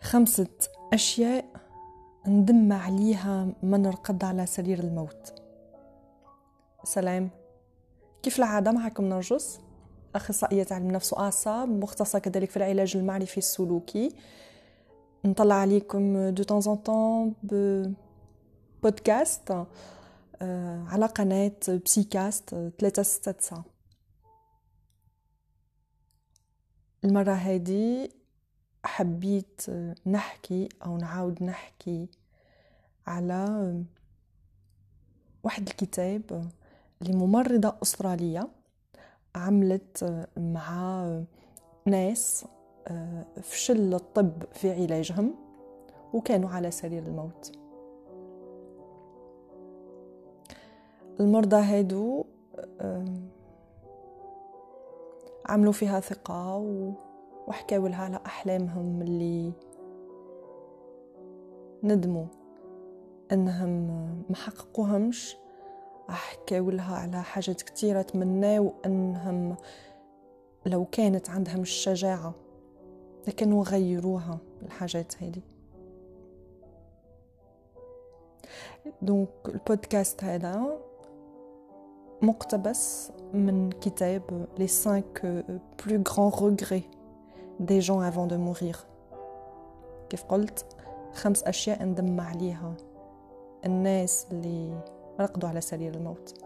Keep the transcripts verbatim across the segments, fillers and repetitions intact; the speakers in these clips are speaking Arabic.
خمسة أشياء ندم عليها ما نرقد على سرير الموت. سلام، كيف العادة معكم نرجس، أخصائية علم نفس وأعصاب، مختصة كذلك في العلاج المعرفي السلوكي. نطلع عليكم دو طون ان طون بودكاست على قناة بسيكاست ثلاثة ستة تسعة. المرة هذه حبيت نحكي أو نعاود نحكي على واحد الكتاب لممرضة أسترالية عملت مع ناس فشل الطب في علاجهم وكانوا على سرير الموت. المرضى هادو عملوا فيها ثقة وحكاوا لها على أحلامهم اللي ندموا أنهم ما حققوهمش. حكاوا لها على حاجات كتيرة تمناو أنهم لو كانت عندهم الشجاعة لكنوا غيروها الحاجات هذه. دونك البودكاست هذا مقتبس من كتاب Les cinq plus grands regrets des gens avant de mourir. كيف قلت، خمس أشياء ندم عليها الناس اللي رقدوا على سرير الموت.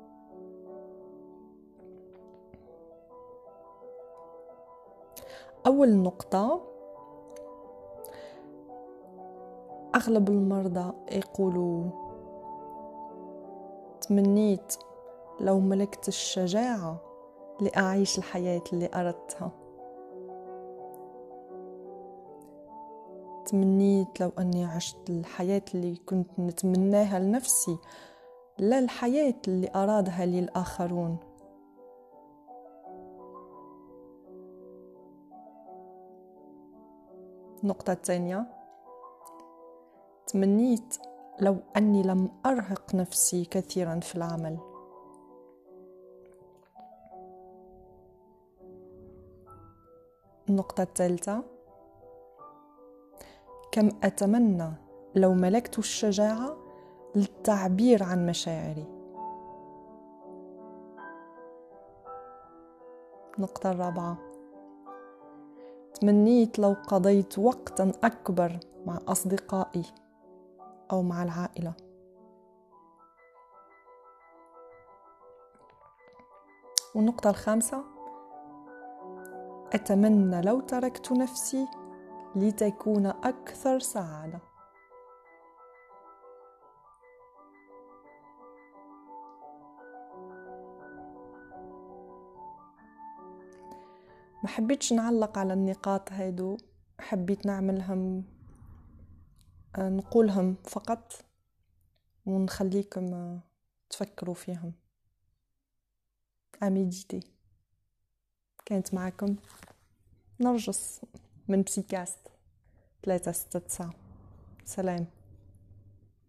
أول نقطة، أغلب المرضى يقولوا تمنيت لو ملكت الشجاعة لأعيش الحياة اللي أردتها. تمنيت لو أني عشت الحياة اللي كنت نتمناها لنفسي، لا الحياة اللي أرادها لي الآخرون. النقطة الثانية، تمنيت لو أني لم أرهق نفسي كثيرا في العمل. النقطة الثالثة، كم أتمنى لو ملكت الشجاعة للتعبير عن مشاعري. النقطة الرابعة، تمنيت لو قضيت وقتا أكبر مع أصدقائي أو مع العائلة. والنقطة الخامسة، أتمنى لو تركت نفسي لتكون أكثر سعادة. ما حبيتش نعلق على النقاط هيدو، حبيت نعملهم نقولهم فقط ونخليكم تفكروا فيهم. أميديتي. كانت معكم نرجس من بسيكاست ثلاثة ستة تسعة. سلام.